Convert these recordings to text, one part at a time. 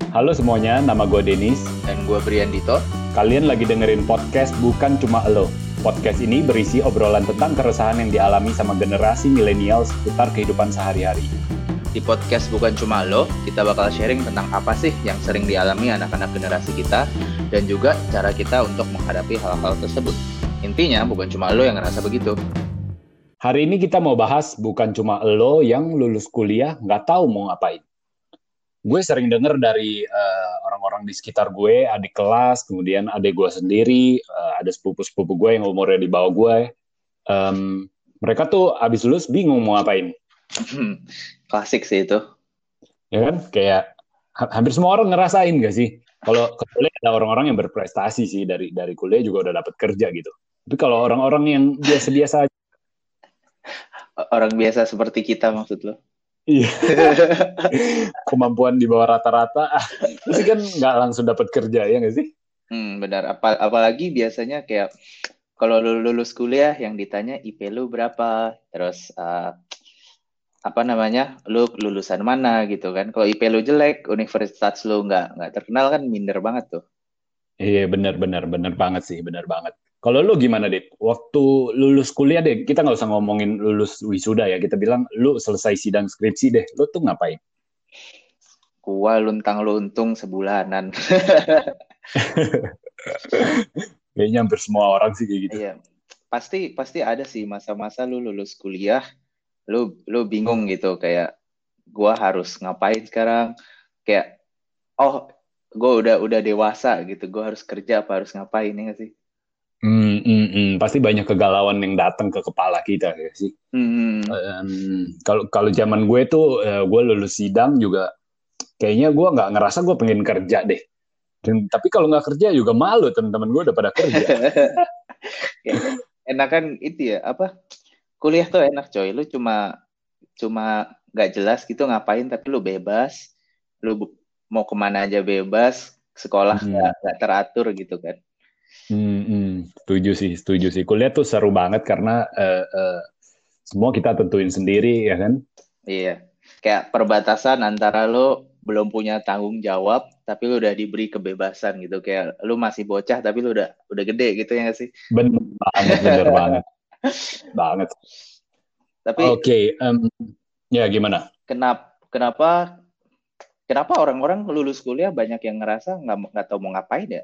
Halo semuanya, nama gue Denis. Dan gue Briandito. Kalian lagi dengerin podcast Bukan Cuma Elo. Podcast ini berisi obrolan tentang keresahan yang dialami sama generasi milenial seputar kehidupan sehari-hari. Di podcast Bukan Cuma Lo, kita bakal sharing tentang apa sih yang sering dialami anak-anak generasi kita, dan juga cara kita untuk menghadapi hal-hal tersebut. Intinya, bukan cuma lo yang ngerasa begitu. Hari ini kita mau bahas bukan cuma elo yang lulus kuliah nggak tahu mau ngapain. Gue sering denger dari orang-orang di sekitar gue, adik kelas, kemudian adik gue sendiri, ada sepupu-sepupu gue yang umurnya di bawah gue. Mereka tuh abis lulus bingung mau ngapain. Klasik sih itu. Ya kan? Kayak hampir semua orang ngerasain gak sih? Kalau ke kuliah ada orang-orang yang berprestasi sih, dari kuliah juga udah dapat kerja gitu. Tapi kalau orang-orang yang biasa-biasa aja, Orang biasa seperti kita maksud lo. iya, kemampuan di bawah rata-rata, pasti kan nggak langsung dapat kerja, ya nggak sih? Benar. Apalagi biasanya kayak kalau lu lulus kuliah yang ditanya IP lu berapa, terus lu lulusan mana gitu kan. Kalau IP lu jelek, universitas lu nggak terkenal kan, minder banget tuh. Iya, benar banget sih, benar banget. Kalau lu gimana, Dit? Waktu lulus kuliah deh, kita nggak usah ngomongin lulus wisuda ya, kita bilang lu selesai sidang skripsi deh, lu tuh ngapain? Gua luntang-luntung sebulanan. Kayaknya hampir semua orang sih kayak gitu. Iya, pasti ada sih masa-masa lu lulus kuliah, lu bingung gitu kayak gua harus ngapain sekarang? Kayak gua udah dewasa gitu, gua harus kerja apa harus ngapain ya nggak sih? Pasti banyak kegalauan yang datang ke kepala kita ya sih. Hmm, Kalau zaman gue tuh, gue lulus sidang juga, kayaknya gue nggak ngerasa gue pengen kerja deh. Tapi kalau nggak kerja juga malu, teman-teman gue udah pada kerja. kayak enakan itu ya apa? Kuliah tuh enak coy, lu cuma nggak jelas gitu ngapain tapi lu bebas, mau kemana aja bebas, sekolah Hmm, nggak teratur gitu kan. setuju sih. Kuliah tuh seru banget karena semua kita tentuin sendiri, ya kan? Iya, kayak perbatasan antara lo belum punya tanggung jawab, tapi lo udah diberi kebebasan gitu. Kayak lo masih bocah, tapi lo udah gede gitu ya nggak sih? Bener banget, banget. Tapi Oke, ya gimana? kenapa kenapa orang-orang lulus kuliah banyak yang ngerasa nggak tahu mau ngapain ya?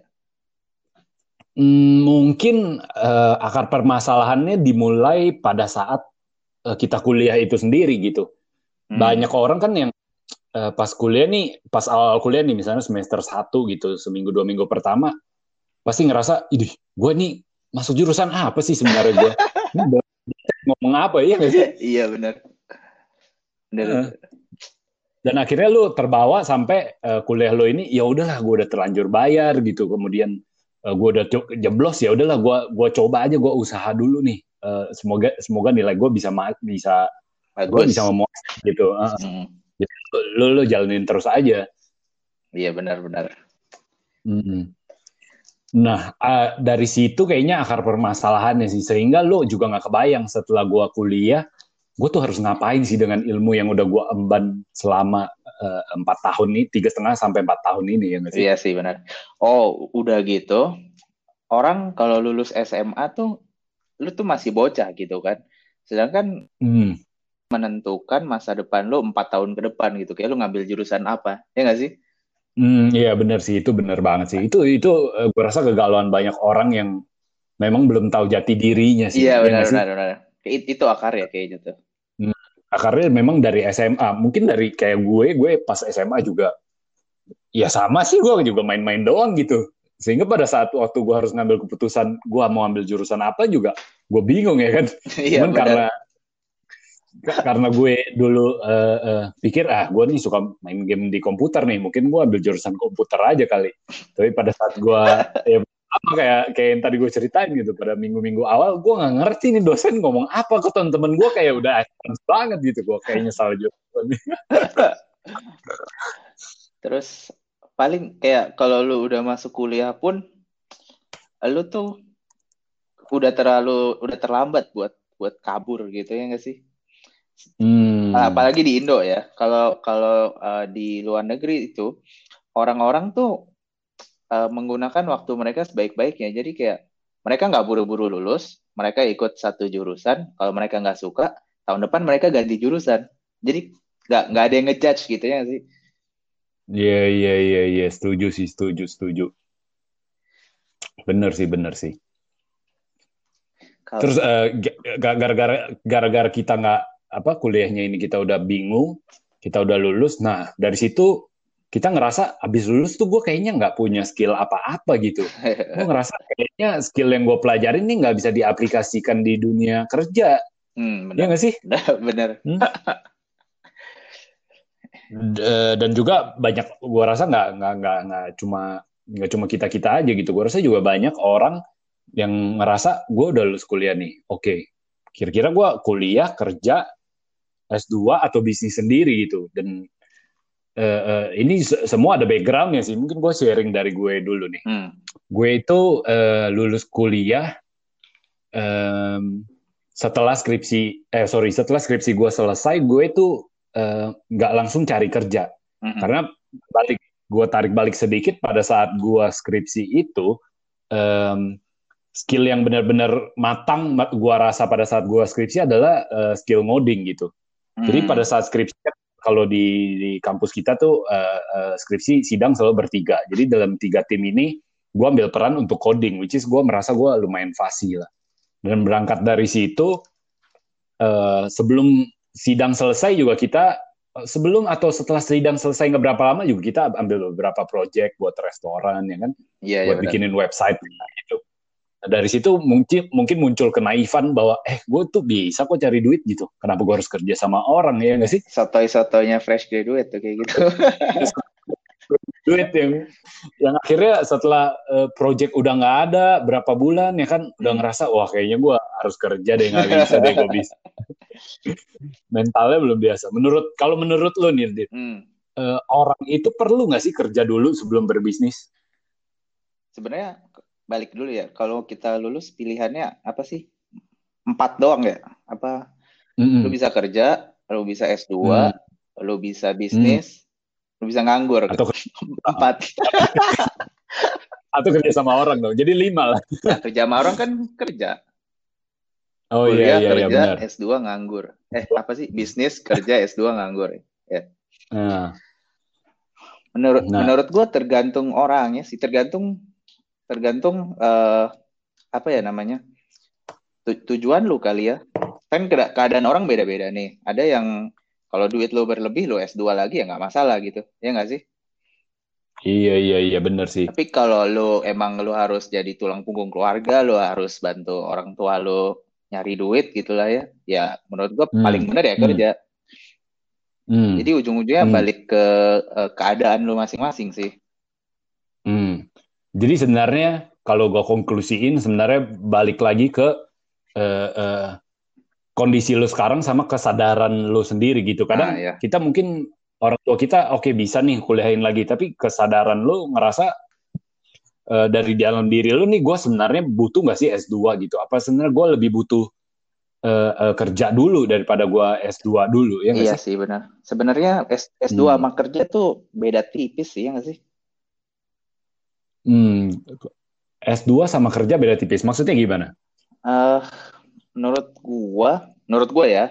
Mungkin akar permasalahannya dimulai pada saat kita kuliah itu sendiri gitu. Hmm. Banyak orang kan yang pas kuliah nih, pas awal kuliah nih, misalnya semester 1 gitu, seminggu 2 minggu pertama, pasti ngerasa, idih, gue nih masuk jurusan apa sih sebenarnya gue? Ini ngomong apa ya nggak sih? Iya benar, Eh, benar. Dan akhirnya lu terbawa sampai kuliah lo ini, ya udahlah, gue udah terlanjur bayar gitu, kemudian gue udah jeblos, ya udahlah, gue coba aja, gue usaha dulu nih. Semoga nilai gue bisa gue bisa Bagus. memuaskan gitu. Hmm. Jadi lu jalanin terus aja. Iya benar-benar. Mm-mm. Nah, dari situ kayaknya akar permasalahannya sih. Sehingga lo juga nggak kebayang setelah gue kuliah, gue tuh harus ngapain sih dengan ilmu yang udah gue emban selama 4 tahun ini, 3,5 sampai 4 tahun ini, ya nggak sih? Iya sih benar. Oh, udah gitu. Orang kalau lulus SMA tuh lu tuh masih bocah gitu kan. Sedangkan Hmm. menentukan masa depan lu 4 tahun ke depan gitu. Kayak lu ngambil jurusan apa. Ya nggak sih? Iya benar sih, itu benar banget sih. Itu gue rasa kegalauan banyak orang yang memang belum tahu jati dirinya sih, Iya ya benar nggak sih? benar benar. Itu akar ya kayaknya tuh. Hmm. Akarnya memang dari SMA. Mungkin dari kayak gue pas SMA juga, ya sama sih, gue juga main-main doang gitu. Sehingga pada saat waktu gue harus ngambil keputusan gue mau ambil jurusan apa juga, gue bingung ya kan. Iya Cuman benar. karena gue dulu pikir, gue nih suka main game di komputer nih, mungkin gue ambil jurusan komputer aja kali. Tapi pada saat gue, ya apa, kayak yang tadi gue ceritain gitu, pada minggu-minggu awal gue nggak ngerti nih dosen ngomong apa ke temen-temen gue, kayak udah advance banget gitu, gue kayak nyesal juga. Terus paling kayak kalau lu udah masuk kuliah pun lu tuh udah terlambat buat buat kabur gitu ya nggak sih? Hmm. Apalagi di Indo ya. Kalau kalau di luar negeri itu orang-orang tuh menggunakan waktu mereka sebaik-baiknya. Jadi kayak mereka nggak buru-buru lulus, mereka ikut satu jurusan. Kalau mereka nggak suka, tahun depan mereka ganti jurusan. Jadi nggak ada yang ngejudge gitu ya sih. Iya, iya, iya, iya, setuju sih, setuju, setuju. Bener sih. Kalau Terus gara-gara kita nggak apa kuliahnya ini kita udah bingung, kita udah lulus. Nah dari situ kita ngerasa abis lulus tuh gue kayaknya nggak punya skill apa-apa gitu. Gue ngerasa kayaknya skill yang gue pelajarin ini nggak bisa diaplikasikan di dunia kerja. Ya benar, nggak sih? benar. Hmm? Dan juga banyak gue rasa nggak cuma kita aja gitu. Gue rasa juga banyak orang yang ngerasa gue udah lulus kuliah nih. Oke, kira-kira gue kuliah kerja S2 atau bisnis sendiri gitu. Dan ini semua ada backgroundnya sih. Mungkin gue sharing dari gue dulu nih. Gue itu lulus kuliah setelah skripsi gue selesai, gue itu nggak langsung cari kerja. Karena gue tarik balik sedikit pada saat gue skripsi itu, skill yang benar-benar matang gue rasa pada saat gue skripsi adalah skill ngoding gitu. Jadi pada saat skripsi kalau di kampus kita tuh skripsi sidang selalu bertiga. Jadi dalam 3 tim ini gue ambil peran untuk coding, which is gue merasa gue lumayan fasih lah. Dan berangkat dari situ, sebelum sidang selesai juga kita, sebelum atau setelah sidang selesai nggak berapa lama juga kita ambil beberapa project buat restoran, ya kan, buat bikinin website gitu. Dari situ mungkin muncul kenaifan bahwa gue tuh bisa kok cari duit gitu. Kenapa gue harus kerja sama orang, ya nggak sih? Sotoy-sotoynya fresh graduate tuh kayak gitu. Duit yang akhirnya setelah project udah nggak ada berapa bulan ya kan udah ngerasa wah kayaknya gue harus kerja deh, nggak bisa deh gue bisa. Mentalnya belum biasa. Kalau menurut lo nih, Dit, orang itu perlu nggak sih kerja dulu sebelum berbisnis? Sebenarnya balik dulu ya. Kalau kita lulus pilihannya apa sih? 4 doang ya? Apa? Lu bisa kerja, lu bisa S2, lu bisa bisnis, lu bisa nganggur. Atau 4. Atau kerja sama orang dong. Jadi 5 lah. Nah, kerja sama orang kan kerja. Oh kuliah, iya, kerja, benar. S2 nganggur. Apa sih? Bisnis, kerja, S2 nganggur. Ya. Menurut gue tergantung orangnya sih. Tergantung apa ya namanya? Tujuan lu kali ya. Kan keadaan orang beda-beda nih. Ada yang kalau duit lu berlebih, lu S2 lagi ya nggak masalah gitu. Ya nggak sih? Iya, benar sih. Tapi kalau lu harus jadi tulang punggung keluarga, lu harus bantu orang tua lu nyari duit gitulah ya. Ya menurut gue paling benar ya kerja. Jadi ujung-ujungnya balik ke keadaan lu masing-masing sih. Jadi sebenarnya kalau gue konklusiin sebenarnya balik lagi ke kondisi lu sekarang sama kesadaran lu sendiri gitu. Kadang kita mungkin orang tua kita oke, bisa nih kuliahin lagi, tapi kesadaran lu ngerasa dari dalam diri lu nih, gue sebenarnya butuh nggak sih S2 gitu? Apa sebenarnya gue lebih butuh kerja dulu daripada gue S2 dulu, ya nggak Iya sih? sih benar. Sebenarnya S2 sama kerja tuh beda tipis sih, ya nggak sih? S2 sama kerja beda tipis. Maksudnya gimana? Menurut gua ya,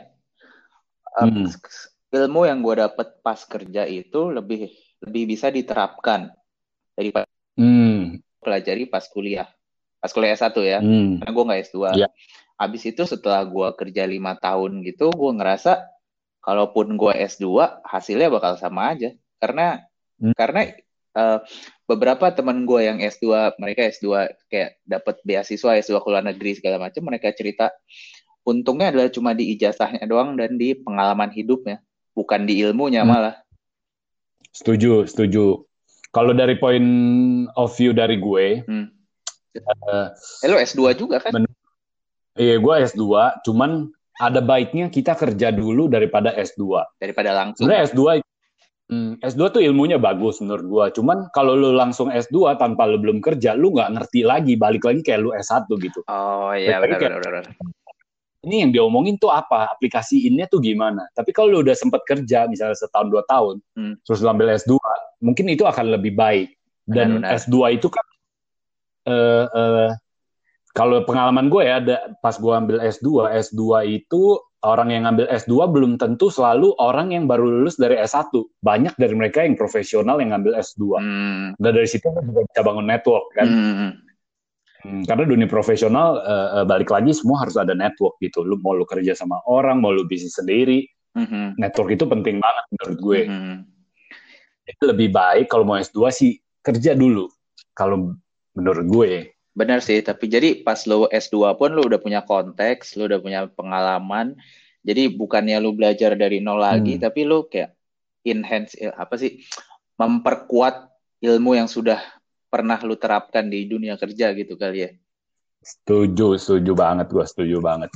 ilmu yang gua dapet pas kerja itu lebih bisa diterapkan daripada pelajari pas kuliah S1 ya. Karena gua nggak S2. Yeah. Abis itu setelah gua kerja 5 tahun gitu, gua ngerasa kalaupun gua S2 hasilnya bakal sama aja. Karena beberapa teman gue yang S2, mereka S2 kayak dapat beasiswa S2 ke luar negeri segala macam, mereka cerita untungnya adalah cuma di ijazahnya doang dan di pengalaman hidupnya, bukan di ilmunya malah. Setuju. Kalau dari point of view dari gue, lo S2 juga kan? Iya, gue S2, cuman ada baiknya kita kerja dulu daripada S2. Daripada langsung. Sebenarnya S2 tuh ilmunya bagus menurut gue. Cuman kalau lu langsung S2 tanpa lu belum kerja, lu nggak ngerti lagi, balik lagi kayak lu S1 gitu. Oh iya, benar. ini yang diomongin tuh apa, aplikasiinnya tuh gimana. Tapi kalau lu udah sempat kerja, misalnya setahun 2 tahun, terus lu ambil S2, mungkin itu akan lebih baik. Dan Benar-benar. S2 itu kan, eh, eh, kalau pengalaman gue ya, pas gue ambil S2 itu orang yang ngambil S2 belum tentu selalu orang yang baru lulus dari S1. Banyak dari mereka yang profesional yang ngambil S2. Dan dari situ kan juga bisa bangun network kan. Karena dunia profesional balik lagi semua harus ada network gitu. Lu mau lu kerja sama orang, mau lu bisnis sendiri, network itu penting banget menurut gue. Itu lebih baik kalau mau S2 sih kerja dulu. Kalau menurut gue. Benar sih, tapi jadi pas lo S2 pun lo udah punya konteks, lo udah punya pengalaman. Jadi bukannya lo belajar dari nol lagi, tapi lo kayak enhance apa sih? Memperkuat ilmu yang sudah pernah lo terapkan di dunia kerja gitu kali ya. Setuju banget, gue setuju banget.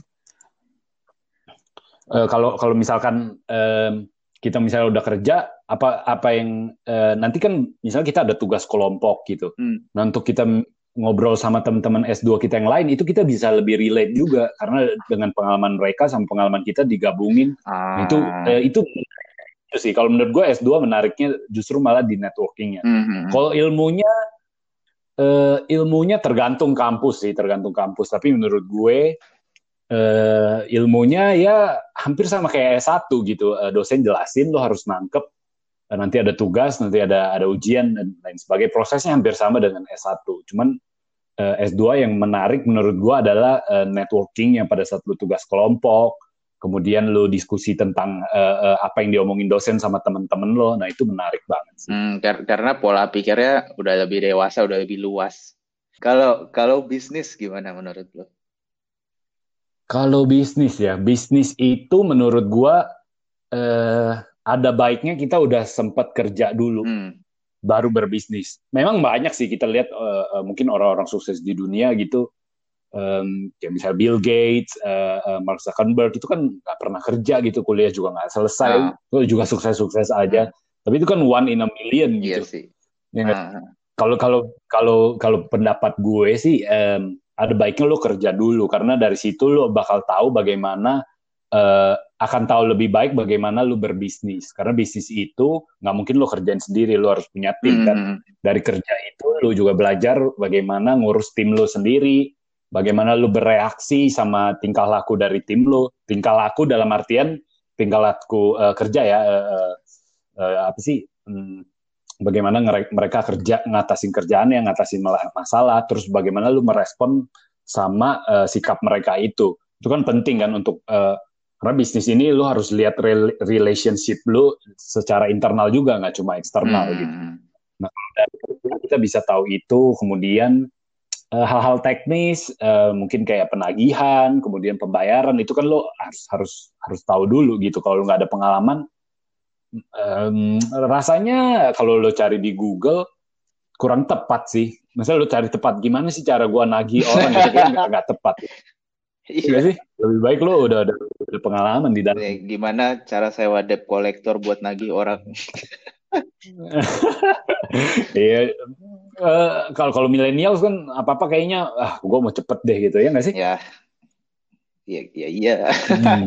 Kalau misalkan kita misalnya udah kerja, apa yang nanti kan misalnya kita ada tugas kelompok gitu. Nah untuk kita ngobrol sama teman-teman S2 kita yang lain, itu kita bisa lebih relate juga karena dengan pengalaman mereka sama pengalaman kita digabungin. Itu sih kalau menurut gue S2 menariknya justru malah di networkingnya. Kalau ilmunya tergantung kampus sih, tergantung kampus. Tapi menurut gue ilmunya ya hampir sama kayak S1 gitu. Dosen jelasin, lo harus nangkep. Nanti ada tugas, nanti ada ujian dan lain sebagainya. Prosesnya hampir sama dengan S1. Cuman S2 yang menarik menurut gue adalah networking yang pada saat lo tugas kelompok, kemudian lo diskusi tentang apa yang diomongin dosen sama teman-teman lo. Nah itu menarik banget sih. Karena pola pikirnya udah lebih dewasa, udah lebih luas. Kalau bisnis gimana menurut lo? Kalau bisnis ya, bisnis itu menurut gua ada baiknya kita udah sempat kerja dulu, baru berbisnis. Memang banyak sih kita lihat mungkin orang-orang sukses di dunia gitu, kayak misalnya Bill Gates, Mark Zuckerberg itu kan nggak pernah kerja gitu, kuliah juga nggak selesai, itu juga sukses-sukses aja. Tapi itu kan one in a million gitu. Iya sih. Kalau pendapat gue sih ada baiknya lo kerja dulu karena dari situ lo bakal tahu bagaimana akan tahu lebih baik bagaimana lo berbisnis karena bisnis itu nggak mungkin lo kerjain sendiri, lo harus punya tim kan. Dari kerja itu lo juga belajar bagaimana ngurus tim lo sendiri, bagaimana lo bereaksi sama tingkah laku dari tim lo, tingkah laku dalam artian tingkah laku kerja ya apa sih bagaimana mereka kerja ngatasin kerjaannya, ngatasin masalah, terus bagaimana lu merespon sama sikap mereka itu kan penting kan untuk karena bisnis ini lu harus lihat relationship lu secara internal juga nggak cuma eksternal gitu. Nah dari kita bisa tahu itu, kemudian hal-hal teknis mungkin kayak penagihan, kemudian pembayaran itu kan lo harus tahu dulu gitu. Kalau nggak ada pengalaman rasanya kalau lo cari di Google kurang tepat sih. Misalnya lo cari tepat gimana sih cara gua nagih orang gitu kan nggak tepat. Iya sih. Lebih baik lo udah pengalaman di dalam. Gimana cara sewa debt collector buat nagih orang? Iya. Kalau milenial kan apa kayaknya gua mau cepet deh gitu ya nggak sih? Ya. Iya.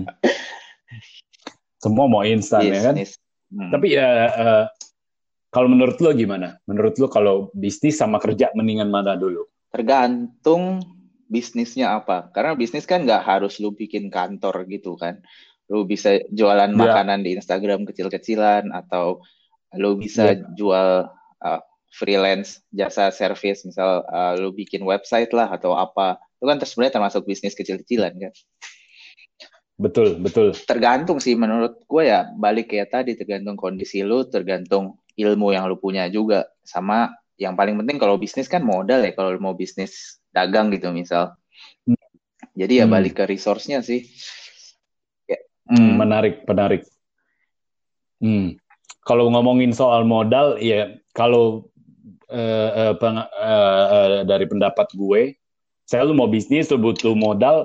Semua mau instan ya kan? Tapi kalau menurut lo gimana? Menurut lo kalau bisnis sama kerja mendingan mana dulu? Tergantung bisnisnya apa. Karena bisnis kan nggak harus lo bikin kantor gitu kan. Lo bisa jualan makanan di Instagram kecil-kecilan atau lo bisa jual freelance jasa service. Misal lo bikin website lah atau apa. Itu kan sebenarnya termasuk bisnis kecil-kecilan kan. Betul. Tergantung sih menurut gue ya, balik kayak tadi, tergantung kondisi lu, tergantung ilmu yang lu punya juga. Sama yang paling penting kalau bisnis kan modal ya, kalau mau bisnis dagang gitu misal. Jadi ya balik ke resource-nya sih. Menarik. Kalau ngomongin soal modal, ya kalau dari pendapat gue, saya lu mau bisnis, lu butuh modal.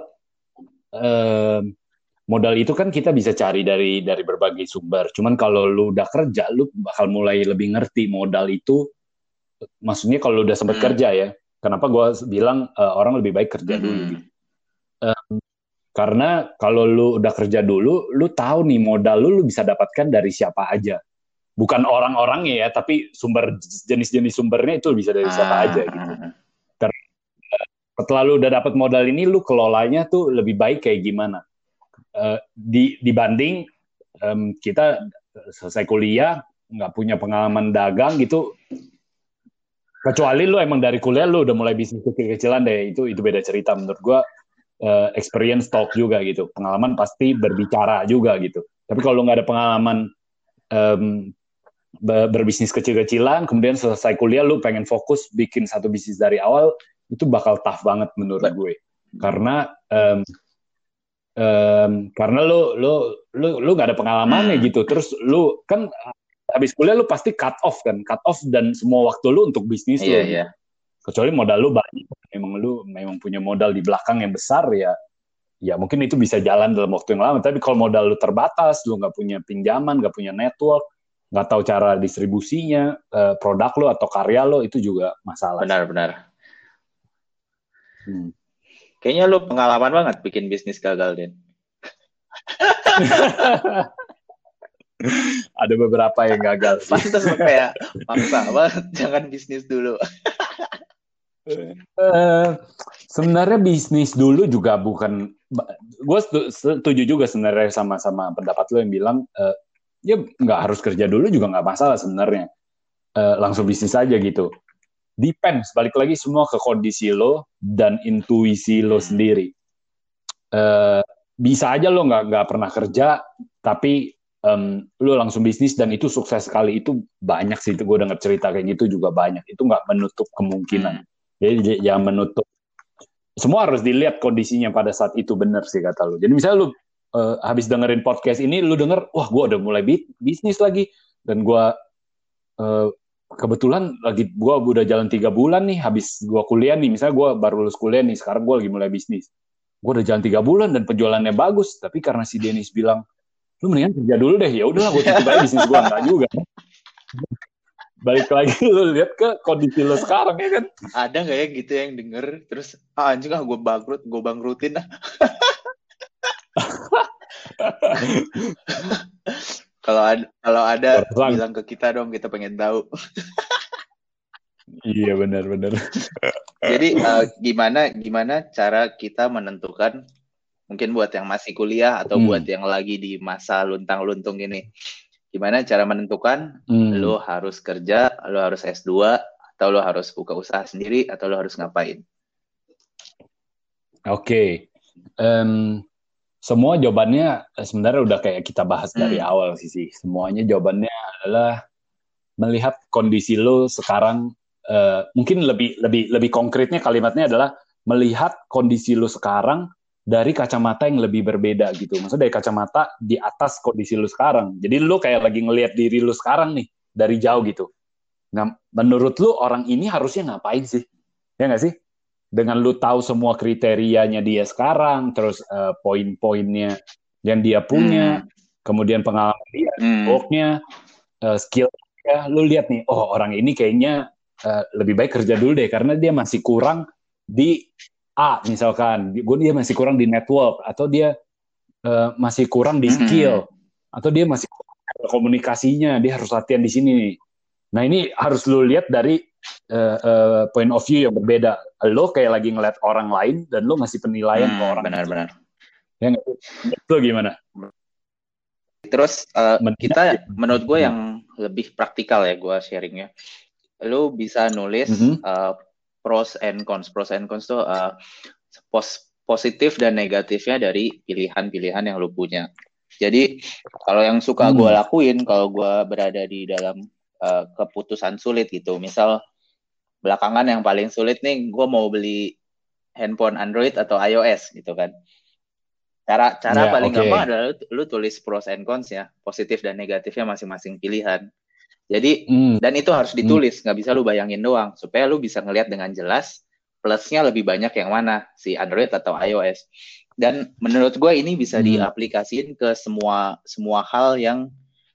Modal itu kan kita bisa cari dari berbagai sumber. Cuman kalau lu udah kerja, lu bakal mulai lebih ngerti modal itu. Maksudnya kalau udah sempat kerja ya. Kenapa gue bilang orang lebih baik kerja dulu. Gitu. Karena kalau lu udah kerja dulu, lu tahu nih modal lu bisa dapatkan dari siapa aja. Bukan orang-orangnya ya, tapi jenis-jenis sumbernya itu bisa dari siapa aja gitu. Karena setelah lu udah dapat modal ini, lu kelolanya tuh lebih baik kayak gimana? Dibanding kita selesai kuliah nggak punya pengalaman dagang gitu, kecuali lu emang dari kuliah lu udah mulai bisnis kecil-kecilan deh, itu beda cerita menurut gua. Experience talk juga gitu, pengalaman pasti berbicara juga gitu. Tapi kalau nggak ada pengalaman berbisnis kecil-kecilan, kemudian selesai kuliah lu pengen fokus bikin satu bisnis dari awal, itu bakal tough banget menurut gue. Karena karena lu nggak ada pengalamannya gitu. Terus lu kan habis kuliah lu pasti cut off dan semua waktu lu untuk bisnis lu. Gitu. Kecuali modal lu banyak, memang punya modal di belakang yang besar ya mungkin itu bisa jalan dalam waktu yang lama. Tapi kalau modal lu terbatas, lu nggak punya pinjaman, nggak punya network, nggak tahu cara distribusinya, produk lo atau karya lo, itu juga masalah. Benar. Kayaknya lo pengalaman banget bikin bisnis gagal, Den. Ada beberapa yang gagal sih. Pantas kayak maksa banget, jangan bisnis dulu. Sebenarnya bisnis dulu juga bukan, gue setuju juga sebenarnya sama pendapat lo yang bilang ya nggak harus kerja dulu juga nggak masalah sebenarnya, langsung bisnis aja gitu. Depends, balik lagi semua ke kondisi lo dan intuisi lo sendiri. Bisa aja lo nggak pernah kerja tapi lo langsung bisnis dan itu sukses sekali, itu banyak sih, itu gue dengar cerita kayak gitu juga banyak, itu nggak menutup kemungkinan. Jadi jangan menutup, semua harus dilihat kondisinya pada saat itu, benar sih kata lu. Jadi misalnya lu habis dengerin podcast ini, lu denger, wah gue udah mulai bisnis lagi, dan gue kebetulan lagi gue udah jalan 3 bulan nih, habis gue kuliah nih, misalnya gue baru lulus kuliah nih, sekarang gue lagi mulai bisnis. Gue udah jalan 3 bulan dan penjualannya bagus, tapi karena si Dennis bilang, lu mendingan kerja dulu deh, ya udahlah gue tutup aja bisnis gue, enggak juga. Balik lagi lu lihat ke kondisi lu sekarang ya kan. Ada nggak ya gitu yang denger terus anjing gue bangkrutin. Kalau ada bilang ke kita dong, kita pengen tahu. Iya benar. Jadi gimana cara kita menentukan, mungkin buat yang masih kuliah atau buat yang lagi di masa luntang-luntung ini, gimana cara menentukan lo harus kerja, lo harus S2, atau lo harus buka usaha sendiri, atau lo harus ngapain? Oke. Semua jawabannya sebenarnya udah kayak kita bahas dari awal sih. Semuanya jawabannya adalah melihat kondisi lo sekarang. Mungkin lebih konkretnya kalimatnya adalah melihat kondisi lo sekarang dari kacamata yang lebih berbeda gitu. Maksudnya dari kacamata di atas kondisi lu sekarang. Jadi lu kayak lagi ngelihat diri lu sekarang nih dari jauh gitu. Nah, menurut lu orang ini harusnya ngapain sih? Ya nggak sih? Dengan lu tahu semua kriterianya dia sekarang, terus poin-poinnya yang dia punya, kemudian pengalaman dia, worknya, skill-nya, lu lihat nih, oh orang ini kayaknya lebih baik kerja dulu deh, karena dia masih kurang di A misalkan, dia masih kurang di network, atau dia masih kurang di skill, atau dia masih kurang komunikasinya, dia harus latihan di sini. Nah ini harus lu lihat dari point of view yang berbeda. Lo kayak lagi ngeliat orang lain dan lo ngasih penilaian ke orang. Benar. Ya nggak? Itu gimana? Terus kita, menurut gue yang lebih praktikal ya, gue sharingnya. Lo bisa nulis pros and cons tuh positif dan negatifnya dari pilihan-pilihan yang lu punya. Jadi kalau yang suka gue lakuin kalau gue berada di dalam keputusan sulit gitu, misal belakangan yang paling sulit nih, gue mau beli handphone Android atau iOS gitu kan. Cara paling gampang adalah lu tulis pros and cons ya, positif dan negatifnya masing-masing pilihan. Jadi dan itu harus ditulis, nggak bisa lu bayangin doang, supaya lu bisa ngelihat dengan jelas plusnya lebih banyak yang mana, si Android atau iOS. Dan menurut gue ini bisa diaplikasiin ke semua hal yang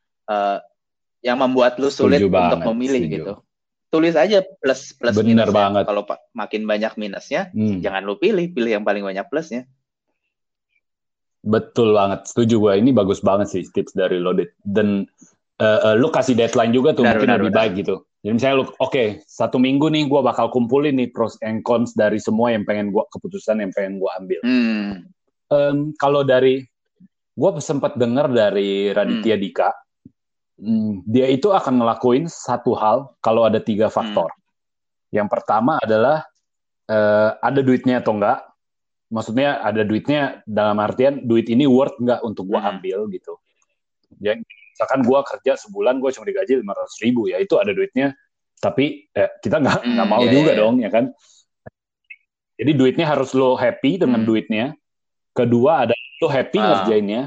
membuat lu sulit untuk memilih gitu. Tulis aja plus minusnya. Kalau makin banyak minusnya, jangan lu pilih yang paling banyak plusnya. Betul banget, setuju gue. Ini bagus banget sih tips dari lo, Dit. Dan lu kasih deadline juga tuh, Benar, mungkin benar, lebih benar. baik gitu. Jadi misalnya lu, oke, 1 minggu nih gue bakal kumpulin nih pros and cons dari semua yang pengen gue, keputusan yang pengen gue ambil. Hmm, Kalau dari, gue sempat dengar dari hmm, Raditya Dika, dia itu akan ngelakuin satu hal kalau ada 3 faktor. hmm, Yang pertama adalah ada duitnya atau enggak. Maksudnya ada duitnya dalam artian duit ini worth nggak untuk gue hmm. ambil gitu. Ya, misalkan gue kerja sebulan gue cuma digaji 500.000, ya itu ada duitnya. Tapi kita nggak mau Ya, ya, juga ya. dong, ya kan. Jadi duitnya harus lo happy dengan Hmm. duitnya. Kedua ada lo happy Ah, ngerjainnya.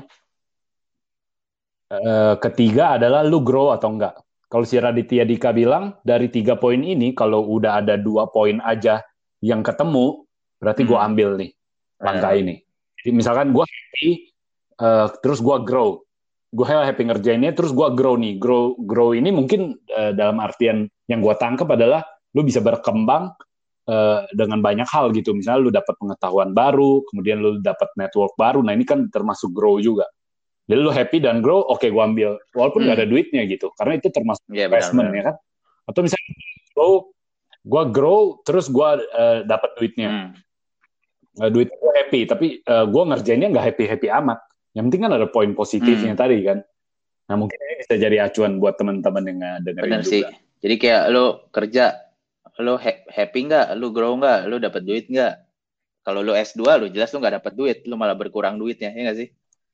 Ketiga adalah lu grow atau enggak. Kalau si Raditya Dika bilang dari 3 poin ini kalau udah ada 2 poin aja yang ketemu, berarti gue hmm. ambil nih langkah Benar. ini. Jadi misalkan gue happy, terus gue grow, gue happy ngerjainnya, terus gue grow nih. Grow ini mungkin dalam artian yang gue tangkap adalah lu bisa berkembang dengan banyak hal gitu. Misalnya lu dapat pengetahuan baru, kemudian lu dapat network baru. Nah ini kan termasuk grow juga. Jadi lu happy dan grow, oke gue ambil. Walaupun nggak ada Hmm. duitnya gitu. Karena itu termasuk Ya, benar, investment ya benar. kan. Atau misalnya gue grow, terus gue dapat duitnya. Hmm. Duit gue happy, tapi gue ngerjainnya nggak happy-happy amat. Yang penting kan ada poin positifnya Hmm. tadi kan. Nah mungkin ini bisa jadi acuan buat teman-teman yang dengerin Benar sih. juga. Jadi kayak lo kerja, lo happy nggak, lo grow nggak, lo dapat duit nggak? Kalau lo S2, lo jelas lo nggak dapat duit, lo malah berkurang duitnya, ya nggak sih?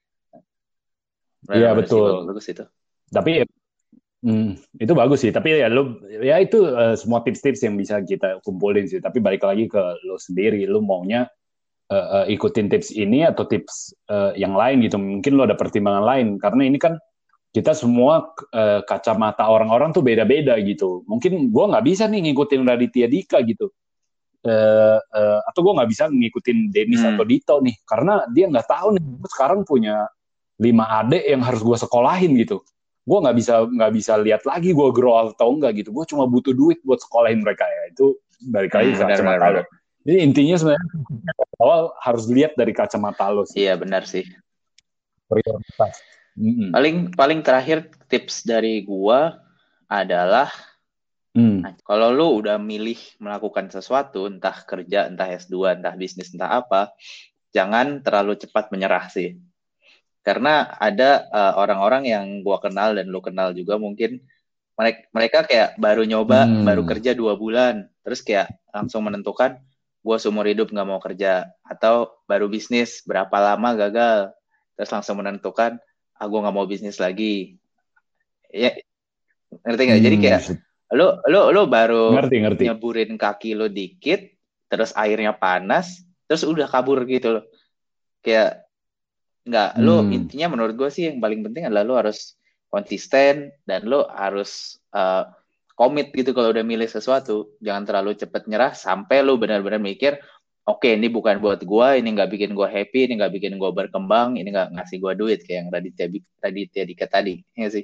Iya Benar-benar sih, betul. bagus-bagus itu. Tapi itu bagus sih. Tapi ya lu, ya itu semua tips-tips yang bisa kita kumpulin sih. Tapi balik lagi ke lo sendiri, lu maunya ikutin tips ini atau tips yang lain gitu. Mungkin lo ada pertimbangan lain karena ini kan kita semua kacamata orang-orang tuh beda-beda gitu. Mungkin gue nggak bisa nih ngikutin Raditya Dika gitu. Atau gue nggak bisa ngikutin Denis atau Hmm. Dito nih karena dia nggak tahu nih gue sekarang punya 5 adik yang harus gue sekolahin gitu. Gue nggak bisa lihat lagi gue grow atau enggak gitu. Gue cuma butuh duit buat sekolahin mereka, ya itu balik lagi Hmm, ke benar, benar, kacamata benar. lo. Jadi intinya sebenarnya awal harus lihat dari kacamata lo sih. Iya, benar sih. Prioritas. Mm-mm. Paling paling terakhir tips dari gua adalah, Mm. nah, kalau lu udah milih melakukan sesuatu, entah kerja, entah S2, entah bisnis, entah apa, jangan terlalu cepat menyerah sih. Karena ada orang-orang yang gua kenal dan lu kenal juga mungkin, mereka kayak baru nyoba, baru Mm. kerja 2 bulan, terus kayak langsung menentukan, gua seumur hidup nggak mau kerja. Atau baru bisnis, berapa lama gagal, terus langsung menentukan, gua nggak mau bisnis lagi. Ya, ngerti nggak? Jadi Mm. kayak lo baru Ngerti, ngerti. nyeburin kaki lo dikit, terus airnya panas, terus udah kabur gitu loh. Kayak nggak, lo Mm. intinya menurut gue sih yang paling penting adalah lo harus konsisten dan lo harus komit gitu kalau udah milih sesuatu. Jangan terlalu cepat nyerah sampai lo benar-benar mikir, oke, ini bukan buat gue, ini nggak bikin gue happy, ini nggak bikin gue berkembang, ini nggak ngasih gue duit kayak yang Raditya Dika tadi, ya sih.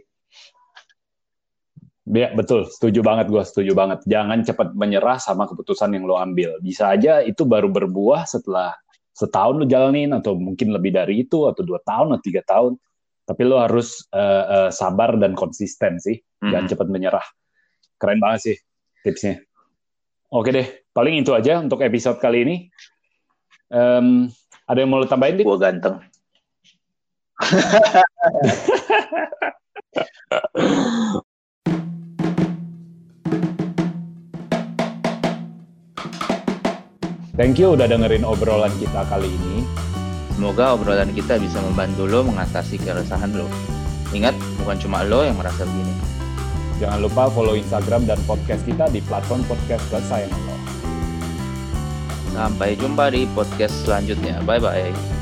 Ya, betul. Setuju banget gue, setuju banget. Jangan cepat menyerah sama keputusan yang lo ambil. Bisa aja itu baru berbuah setelah setahun lo jalanin, atau mungkin lebih dari itu, atau 2 tahun, atau 3 tahun. Tapi lo harus sabar dan konsisten sih. Jangan Hmm. cepat menyerah. Keren banget sih tipsnya. Oke deh, paling itu aja untuk episode kali ini. Ada yang mau lo tambahin, Dit? Gue ganteng. Thank you udah dengerin obrolan kita kali ini. Semoga obrolan kita bisa membantu lo mengatasi keresahan lo. Ingat, bukan cuma lo yang merasa begini. Jangan lupa follow Instagram dan podcast kita di platform podcast kesayangan lo. Sampai jumpa di podcast selanjutnya. Bye-bye.